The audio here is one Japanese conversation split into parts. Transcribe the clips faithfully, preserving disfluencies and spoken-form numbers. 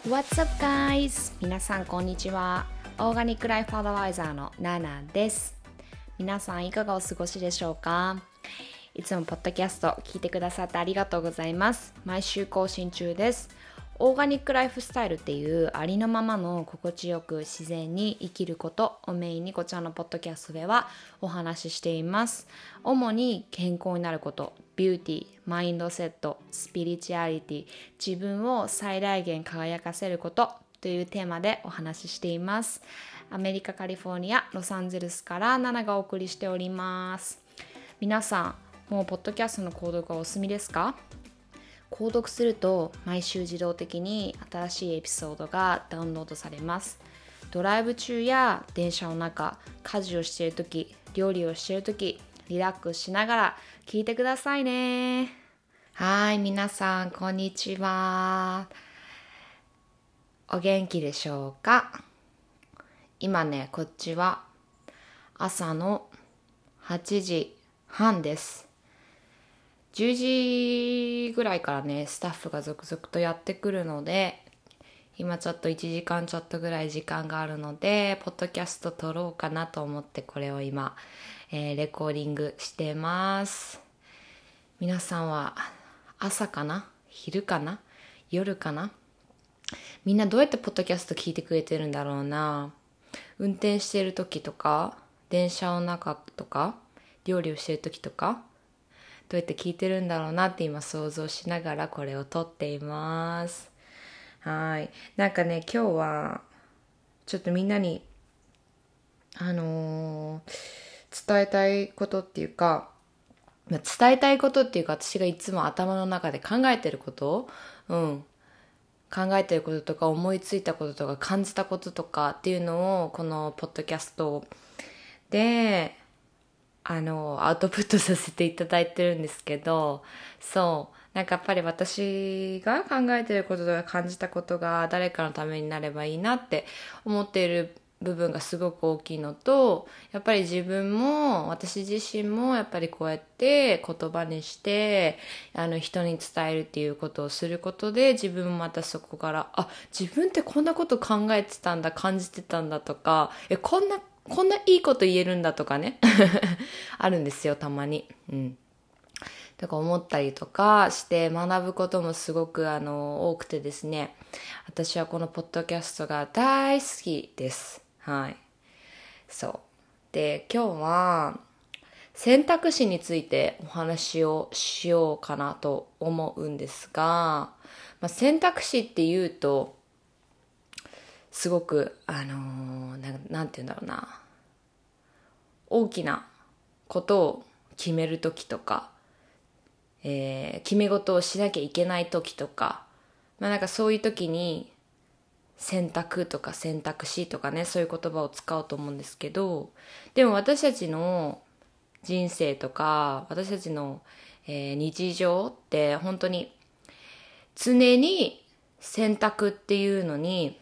What's up guys? 皆さんこんにちは。オーガニックライフアドバイザーのナナです。皆さんいかがお過ごしでしょうか？いつもポッドキャスト聞いてくださってありがとうございます。毎週更新中です。オーガニックライフスタイルっていうありのままの心地よく自然に生きることをメインにこちらのポッドキャストではお話ししています。主に健康になること、ビューティー、マインドセット、スピリチュアリティ、自分を最大限輝かせることというテーマでお話ししています。アメリカ・カリフォルニア・ロサンゼルスからナナがお送りしております。皆さん、もうポッドキャストの購読はお済みですか？購読すると毎週自動的に新しいエピソードがダウンロードされます。ドライブ中や電車の中、家事をしているとき、料理をしているとき、リラックスしながら聞いてくださいね。はい、皆さんこんにちは。お元気でしょうか？今ね、こっちは朝のはちじはんです。じゅうじぐらいからね、スタッフが続々とやってくるので、今ちょっといちじかんちょっとぐらい時間があるので、ポッドキャスト撮ろうかなと思ってこれを今、えー、レコーディングしてます。皆さんは朝かな？昼かな？夜かな？みんなどうやってポッドキャスト聞いてくれてるんだろうな。運転してる時とか、電車の中とか、料理をしてる時とか、どうやって聞いてるんだろうなって今想像しながらこれを撮っています。はい。なんかね、今日はちょっとみんなにあのー、伝えたいことっていうか、伝えたいことっていうか私がいつも頭の中で考えてることうん考えてることとか思いついたこととか感じたこととかっていうのをこのポッドキャストであのアウトプットさせていただいてるんですけど、そうなんかやっぱり私が考えてることとか感じたことが誰かのためになればいいなって思っている部分がすごく大きいのと、やっぱり自分も私自身もやっぱりこうやって言葉にしてあの人に伝えるっていうことをすることで、自分もまたそこからあ自分ってこんなこと考えてたんだ、感じてたんだとか、えこんなこんないいこと言えるんだとかねあるんですよ、たまに。うんとか思ったりとかして学ぶこともすごくあの多くてですね、私はこのポッドキャストが大好きです。はい。そうで、今日は選択肢についてお話をしようかなと思うんですが、まあ、選択肢っていうとすごくあのー、な, なんて言うんだろうな大きなことを決めるときとか、えー、決め事をしなきゃいけないときとか、まあなんかそういうときに選択とか選択肢とかね、そういう言葉を使うと思うんですけど、でも私たちの人生とか私たちの、えー、日常って本当に常に選択っていうのに、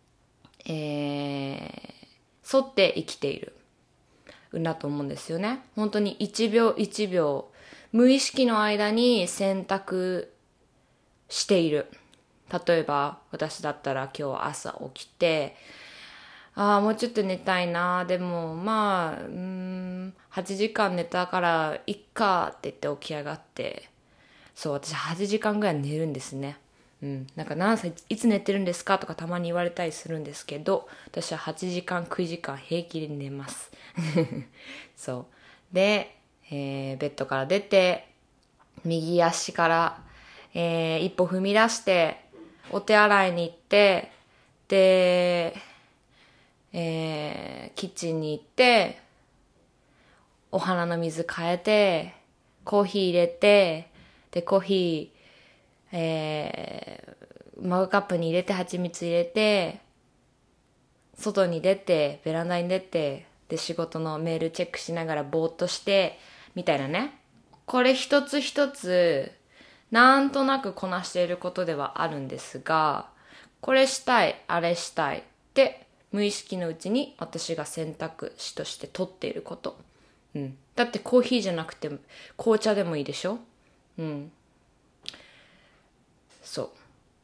えー、沿って生きているんだと思うんですよね。本当に一秒一秒無意識の間に選択している。例えば私だったら今日朝起きて、ああもうちょっと寝たいな、でもまあうーんはちじかん寝たからいっかって言って起き上がって、そう私はちじかんぐらい寝るんですね。うん、なんか何歳いつ寝てるんですかとかたまに言われたりするんですけど、私ははちじかんくじかん平気で寝ますそうで、えー、ベッドから出て右足から、えー、一歩踏み出してお手洗いに行って、で、えー、キッチンに行ってお花の水変えてコーヒー入れて、でコーヒー、えー、マグカップに入れて蜂蜜入れて外に出てベランダに出て、で仕事のメールチェックしながらぼーっとしてみたいなね、これ一つ一つなんとなくこなしていることではあるんですが、これしたいあれしたいって無意識のうちに私が選択肢として取っていること、うん、だってコーヒーじゃなくて紅茶でもいいでしょ。うんそう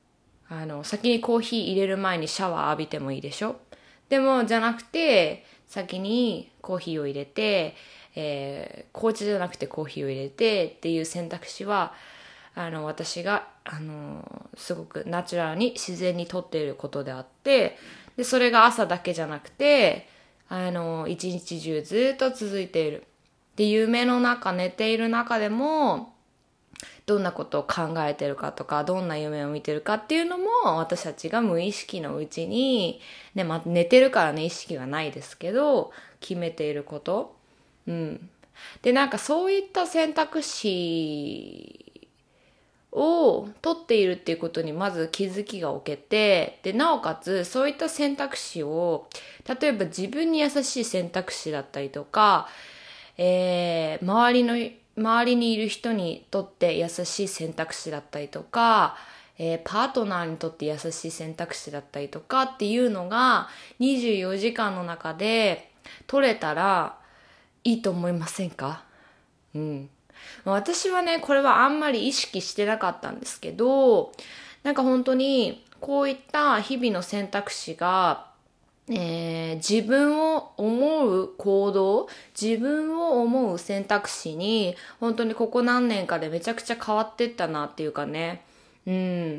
あの先にコーヒー入れる前にシャワー浴びてもいいでしょ。でもじゃなくて先にコーヒーを入れて、えー、紅茶じゃなくてコーヒーを入れてっていう選択肢はあの私があのすごくナチュラルに自然にとっていることであって、でそれが朝だけじゃなくてあの一日中ずっと続いている。で夢の中、寝ている中でもどんなことを考えてるかとか、どんな夢を見てるかっていうのも私たちが無意識のうちに、ね、まあ、寝てるからね、意識がないですけど、決めていること。うん。で、なんかそういった選択肢を取っているっていうことにまず気づきが置けて、で、なおかつそういった選択肢を、例えば自分に優しい選択肢だったりとか、えー、周りの周りにいる人にとって優しい選択肢だったりとか、えー、パートナーにとって優しい選択肢だったりとかっていうのがにじゅうよじかんの中で取れたらいいと思いませんか？うん。私はね、これはあんまり意識してなかったんですけど、なんか本当にこういった日々の選択肢がえー、自分を思う行動、自分を思う選択肢に、本当にここ何年かでめちゃくちゃ変わってったなっていうかね。うん。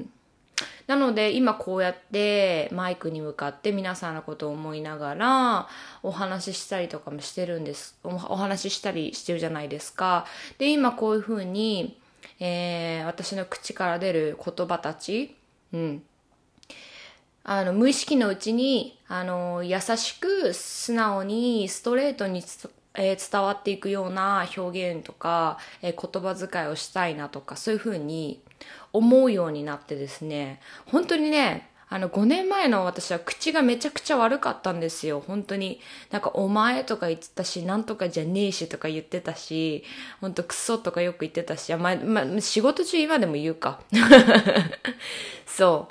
なので今こうやってマイクに向かって皆さんのことを思いながらお話ししたりとかもしてるんです。お、お話ししたりしてるじゃないですか。で、今こういうふうに、えー、私の口から出る言葉たち、うん。あの、無意識のうちに、あの、優しく、素直に、ストレートにつ、えー伝わっていくような表現とか、えー言葉遣いをしたいなとか、そういうふうに思うようになってですね、本当にね、あの、ごねんまえの私は口がめちゃくちゃ悪かったんですよ。本当に。なんか、お前とか言ってたし、なんとかじゃねえしとか言ってたし、本当クソとかよく言ってたし、あまあ、まあ、仕事中今でも言うか。そう。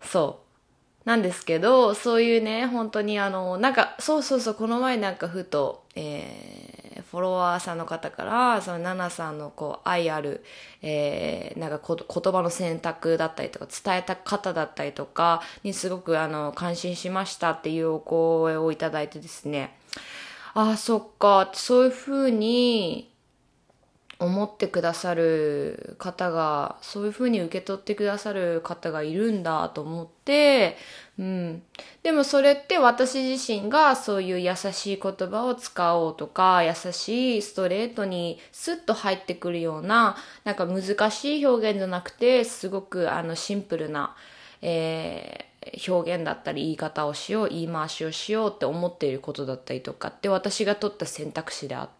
そう。なんですけど、そういうね、本当にあの、なんか、そうそうそう、この前なんかふと、えー、フォロワーさんの方から、そのナナさんのこう、愛ある、えー、なんかこ言葉の選択だったりとか、伝えた方だったりとかにすごくあの、感心しましたっていうお声をいただいてですね、ああ、そっか、そういうふうに、思ってくださる方が、そういうふうに受け取ってくださる方がいるんだと思って、うん。でもそれって私自身がそういう優しい言葉を使おうとか、優しいストレートにスッと入ってくるような、なんか難しい表現じゃなくて、すごくあのシンプルな、えー表現だったり言い方をしよう、言い回しをしようって思っていることだったりとかって私が取った選択肢であって、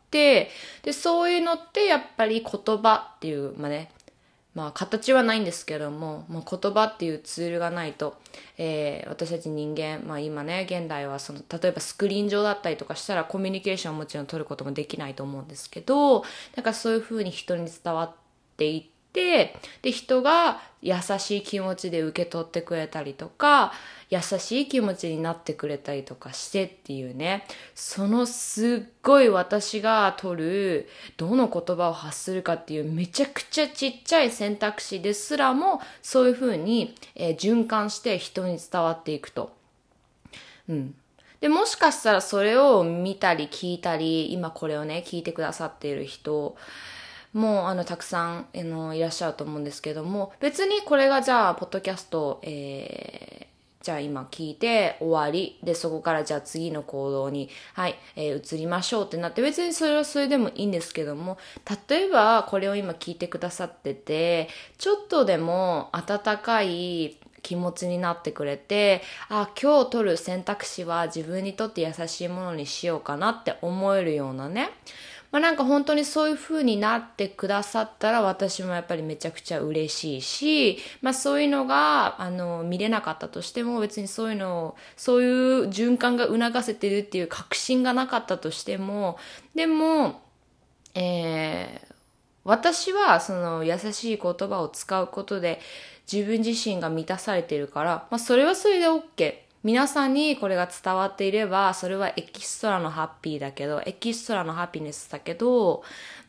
で、そういうのってやっぱり言葉っていう、まあね、まあ形はないんですけども、まあ、言葉っていうツールがないと、えー私たち人間、まあ今ね、現代はその、例えばスクリーン上だったりとかしたらコミュニケーションをもちろん取ることもできないと思うんですけど、なんかそういうふうに人に伝わっていって、で、人が優しい気持ちで受け取ってくれたりとか、優しい気持ちになってくれたりとかしてっていうね、そのすっごい私が取る、どの言葉を発するかっていうめちゃくちゃちっちゃい選択肢ですらも、そういうふうに、えー循環して人に伝わっていくと。うん。で、もしかしたらそれを見たり聞いたり、今これをね、聞いてくださっている人、もうあのたくさんあのいらっしゃると思うんですけども、別にこれがじゃあポッドキャスト、えー、じゃあ今聞いて終わりで、そこからじゃあ次の行動にはい、えー移りましょうってなって、別にそれはそれでもいいんですけども、例えばこれを今聞いてくださっててちょっとでも温かい気持ちになってくれて、あ、今日取る選択肢は自分にとって優しいものにしようかなって思えるようなね、まあなんか本当にそういう風になってくださったら私もやっぱりめちゃくちゃ嬉しいし、まあそういうのが、あの、見れなかったとしても別にそういうのを、そういう循環が促せてるっていう確信がなかったとしても、でも、えー私はその優しい言葉を使うことで自分自身が満たされているから、まあそれはそれで OK。皆さんにこれが伝わっていれば、それはエキストラのハッピーだけど、エキストラのハピネスだけど、うん。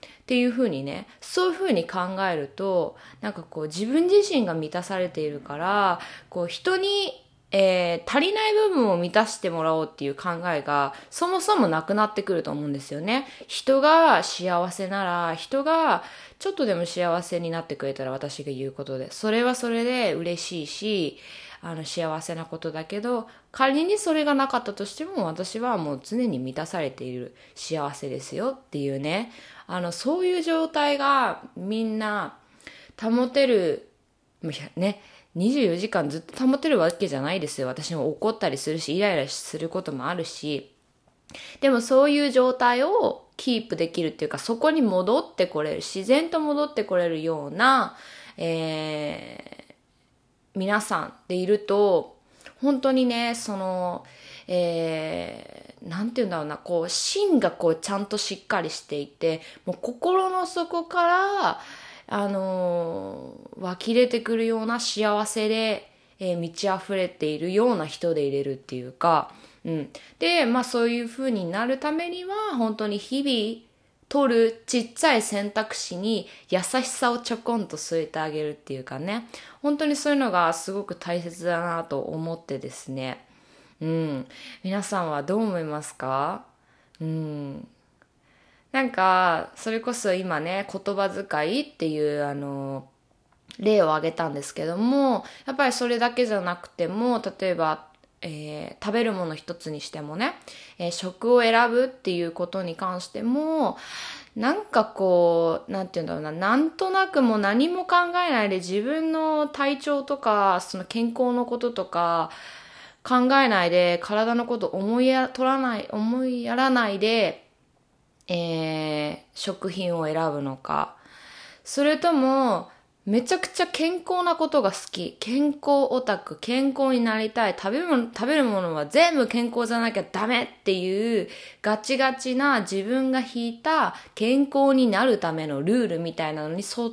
っていうふうにね、そういうふうに考えると、なんかこう自分自身が満たされているから、こう人に、えー足りない部分を満たしてもらおうっていう考えがそもそもなくなってくると思うんですよね。人が幸せなら、人がちょっとでも幸せになってくれたら私が言うことで、それはそれで嬉しいし、あの幸せなことだけど、仮にそれがなかったとしても私はもう常に満たされている幸せですよっていうね、あのそういう状態がみんな保てる、ね、にじゅうよじかんずっと保てるわけじゃないですよ。私も怒ったりするし、イライラすることもあるし、でもそういう状態をキープできるっていうか、そこに戻ってこれる、自然と戻ってこれるような、えー皆さんでいると、本当にね、その、えー、なんていうんだろうな、こう、芯がこう、ちゃんとしっかりしていて、もう心の底から、あのー湧き出てくるような幸せで、えー満ち溢れているような人でいれるっていうか、うん。で、まあそういう風になるためには、本当に日々、取るちっちゃい選択肢に優しさをちょこんと添えてあげるっていうかね、本当にそういうのがすごく大切だなと思ってですね。うん。皆さんはどう思いますか？うん。なんか、それこそ今ね、言葉遣いっていう、あの、例を挙げたんですけども、やっぱりそれだけじゃなくても、例えば、えー食べるもの一つにしてもね、えー食を選ぶっていうことに関しても、なんかこう、なんていうんだろうな、なんとなくもう何も考えないで自分の体調とか、その健康のこととか考えないで、体のこと思いや、取らない、思いやらないで、えー食品を選ぶのか。それとも、めちゃくちゃ健康なことが好き。健康オタク、健康になりたい。食べ物、食べるものは全部健康じゃなきゃダメっていうガチガチな自分が引いた健康になるためのルールみたいなのに沿って、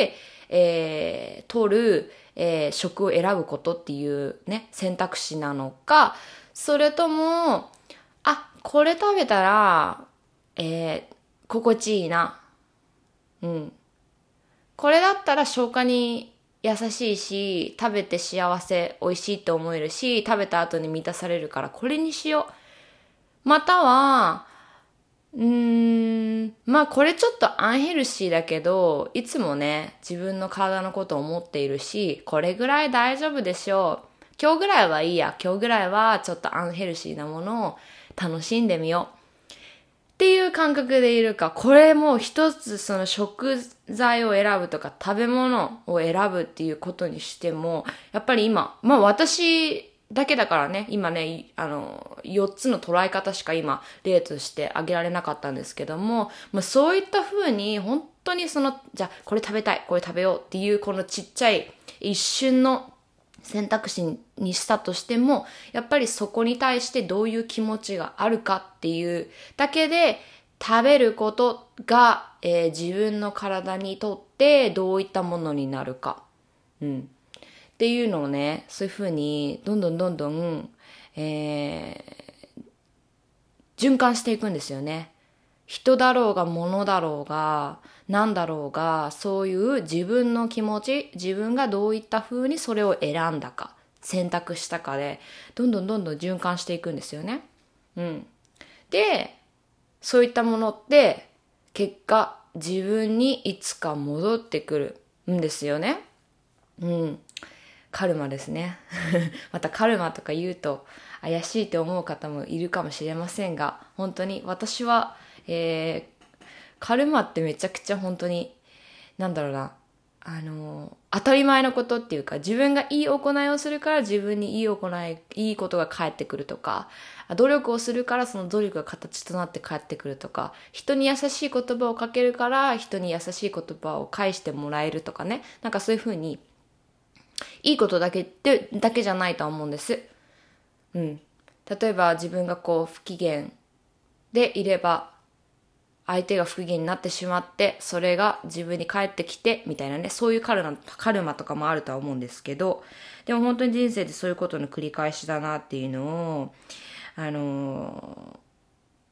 えー、取る、えー食を選ぶことっていうね、選択肢なのか、それとも、あ、これ食べたら、えー心地いいな。うん。これだったら消化に優しいし、食べて幸せ、美味しいって思えるし、食べた後に満たされるからこれにしよう。または、うーん、まあこれちょっとアンヘルシーだけど、いつもね、自分の体のことを思っているし、これぐらい大丈夫でしょう。今日ぐらいはいいや。今日ぐらいはちょっとアンヘルシーなものを楽しんでみよう。っていう感覚でいるか、これも一つその食材を選ぶとか食べ物を選ぶっていうことにしても、やっぱり今、まあ私だけだからね、今ね、あの、よっつの捉え方しか今例として挙げられなかったんですけども、まあそういった風に本当にその、じゃあこれ食べたい、これ食べようっていうこのちっちゃい一瞬の選択肢にしたとしても、やっぱりそこに対してどういう気持ちがあるかっていうだけで、食べることが、えー自分の体にとってどういったものになるか。うん。っていうのをね、そういうふうに、どんどんどんどん、えー循環していくんですよね。人だろうが物だろうが何だろうが、そういう自分の気持ち、自分がどういった風にそれを選んだか選択したかで、どんどんどんどん循環していくんですよね。うん。で、そういったものって結果自分にいつか戻ってくるんですよね。うん。カルマですね。またカルマとか言うと怪しいと思う方もいるかもしれませんが、本当に私は、えーカルマってめちゃくちゃ本当に、なんだろうな、あの、当たり前のことっていうか、自分がいい行いをするから自分にいい行い、いいことが返ってくるとか、努力をするからその努力が形となって返ってくるとか、人に優しい言葉をかけるから人に優しい言葉を返してもらえるとかね、なんかそういうふうに、いいことだけで、だけじゃないとは思うんです。うん。例えば自分がこう不機嫌でいれば、相手が不機嫌になってしまって、それが自分に返ってきて、みたいなね、そういうカルマ、カルマとかもあるとは思うんですけど、でも本当に人生でそういうことの繰り返しだなっていうのを、あの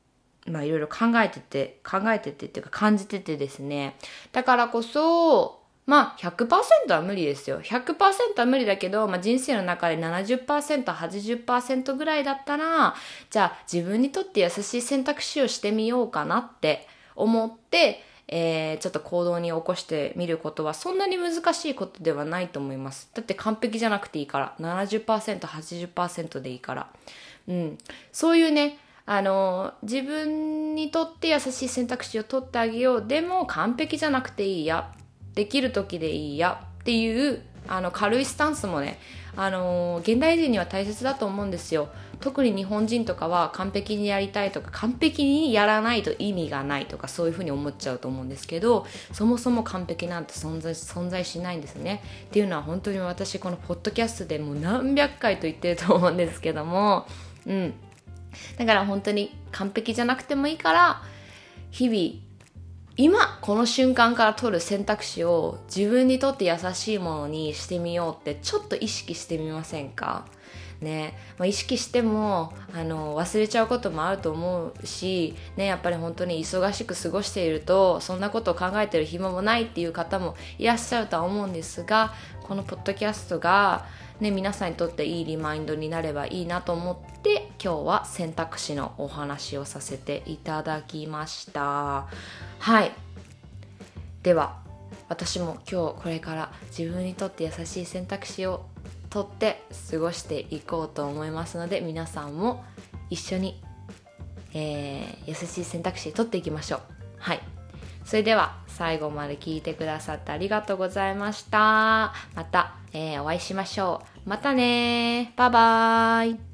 まあいろいろ考えてて、考えててっていうか感じててですね。だからこそ、まあ ひゃくパーセント は無理ですよ。ひゃくパーセント は無理だけど、まあ人生の中で ななじゅっパーセント、はちじゅっパーセント ぐらいだったら、じゃあ自分にとって優しい選択肢をしてみようかなって思って、えー、ちょっと行動に起こしてみることはそんなに難しいことではないと思います。だって完璧じゃなくていいから。ななじゅっパーセント、はちじゅっパーセント でいいから。うん。そういうね、あの、自分にとって優しい選択肢を取ってあげよう。でも完璧じゃなくていいや。できる時でいいやっていうあの軽いスタンスもね、あの現代人には大切だと思うんですよ。特に日本人とかは完璧にやりたいとか完璧にやらないと意味がないとかそういうふうに思っちゃうと思うんですけど、そもそも完璧なんて存在、存在しないんですね。っていうのは本当に私このポッドキャストでもう何百回と言ってると思うんですけども、うんだから本当に完璧じゃなくてもいいから日々今この瞬間から取る選択肢を自分にとって優しいものにしてみようってちょっと意識してみませんかね。まあ、意識してもあの忘れちゃうこともあると思うし、ね、やっぱり本当に忙しく過ごしているとそんなことを考えてる暇もないっていう方もいらっしゃるとは思うんですが、このポッドキャストが、ね、皆さんにとっていいリマインドになればいいなと思って今日は選択肢のお話をさせていただきました。はい、では私も今日これから自分にとって優しい選択肢を取って過ごしていこうと思いますので、皆さんも一緒に、えー、優しい選択肢取っていきましょう。はい、それでは最後まで聞いてくださってありがとうございました。また、えー、お会いしましょう。またね、バイバイ。